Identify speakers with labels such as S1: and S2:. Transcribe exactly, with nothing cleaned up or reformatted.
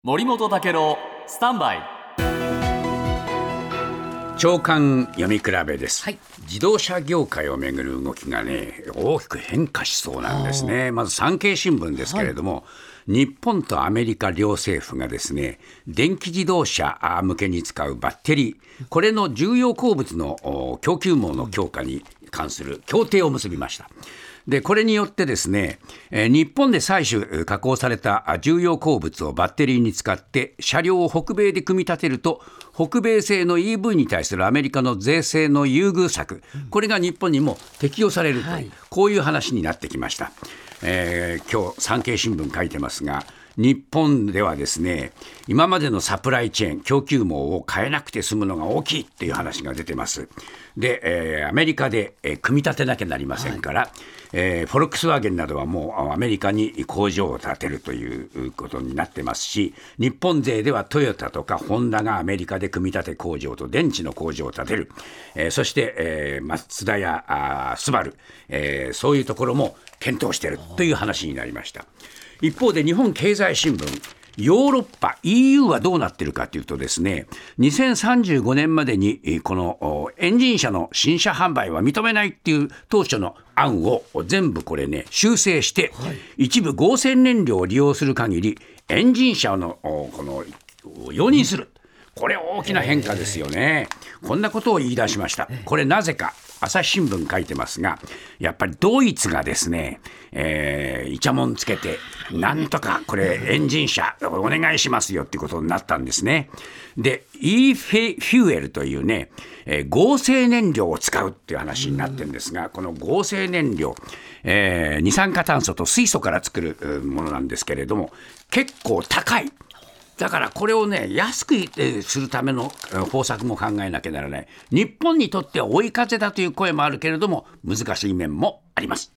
S1: 森本武郎スタンバイ
S2: 長官読み比べです、
S3: はい、
S2: 自動車業界をめぐる動きがね大きく変化しそうなんですね。まず産経新聞ですけれども、はい、日本とアメリカ両政府がですね電気自動車向けに使うバッテリー、これの重要鉱物の供給網の強化に関する協定を結びました。でこれによってですね、えー、日本で採取加工された重要鉱物をバッテリーに使って車両を北米で組み立てると、北米製の イーブイ に対するアメリカの税制の優遇策、これが日本にも適用されるという、はい、こういう話になってきました。えー、今日産経新聞書いてますが、日本ではですね今までのサプライチェーン供給網を変えなくて済むのが大きいっていう話が出てます。で、えー、アメリカで、えー、組み立てなきゃなりませんから、はい、えー、フォルクスワーゲンなどはもうアメリカに工場を建てるということになってますし、日本勢ではトヨタとかホンダがアメリカで組み立て工場と電池の工場を建てる、えー、そして、えー、マツダやあスバル、えー、そういうところも検討しているという話になりました。一方で日本経済新聞、ヨーロッパ イーユー はどうなっているかというとですね、にせんさんじゅうごねんまでにこのエンジン車の新車販売は認めないっていう当初の案を全部これね修正して、はい、一部合成燃料を利用する限りエンジン車のこの容認する、これ大きな変化ですよね。こんなことを言い出しました。これなぜか朝日新聞書いてますが、やっぱりドイツがですね、えー、イチャモンつけてなんとかこれエンジン車お願いしますよっていうことになったんですね。で e フューエルというね、えー、合成燃料を使うっていう話になってるんですが、この合成燃料、えー、二酸化炭素と水素から作るものなんですけれども結構高い。だからこれをね安くするための方策も考えなきゃならない。日本にとっては追い風だという声もあるけれども難しい面もあります。